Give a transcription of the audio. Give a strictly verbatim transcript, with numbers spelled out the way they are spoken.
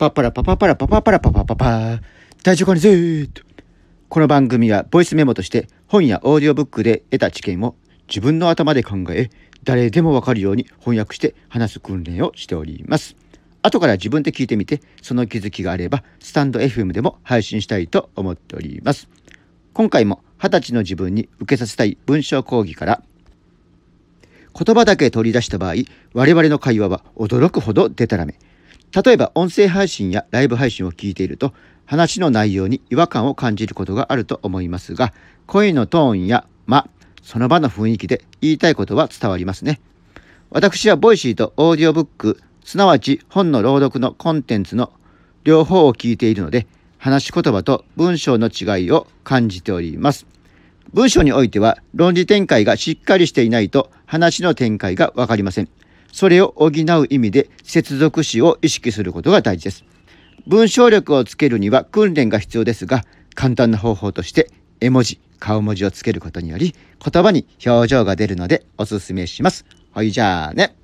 パッパラパパパラパパパラパパパパ大丈夫かねぜーっと。この番組はボイスメモとして本やオーディオブックで得た知見を自分の頭で考え、誰でもわかるように翻訳して話す訓練をしております。後から自分で聞いてみて、その気づきがあればスタンド エフエム でも配信したいと思っております。今回もはたちの自分に受けさせたい文章講義から、言葉だけ取り出した場合、我々の会話は驚くほどデタラメ。例えば音声配信やライブ配信を聞いていると、話の内容に違和感を感じることがあると思いますが、声のトーンや間、その場の雰囲気で言いたいことは伝わりますね。私はボイシーとオーディオブック、すなわち本の朗読のコンテンツの両方を聞いているので、話し言葉と文章の違いを感じております。文章においては論理展開がしっかりしていないと話の展開がわかりません。それを補う意味で接続詞を意識することが大事です。文章力をつけるには訓練が必要ですが、簡単な方法として絵文字、顔文字をつけることにより言葉に表情が出るのでおすすめします。ほいじゃあね。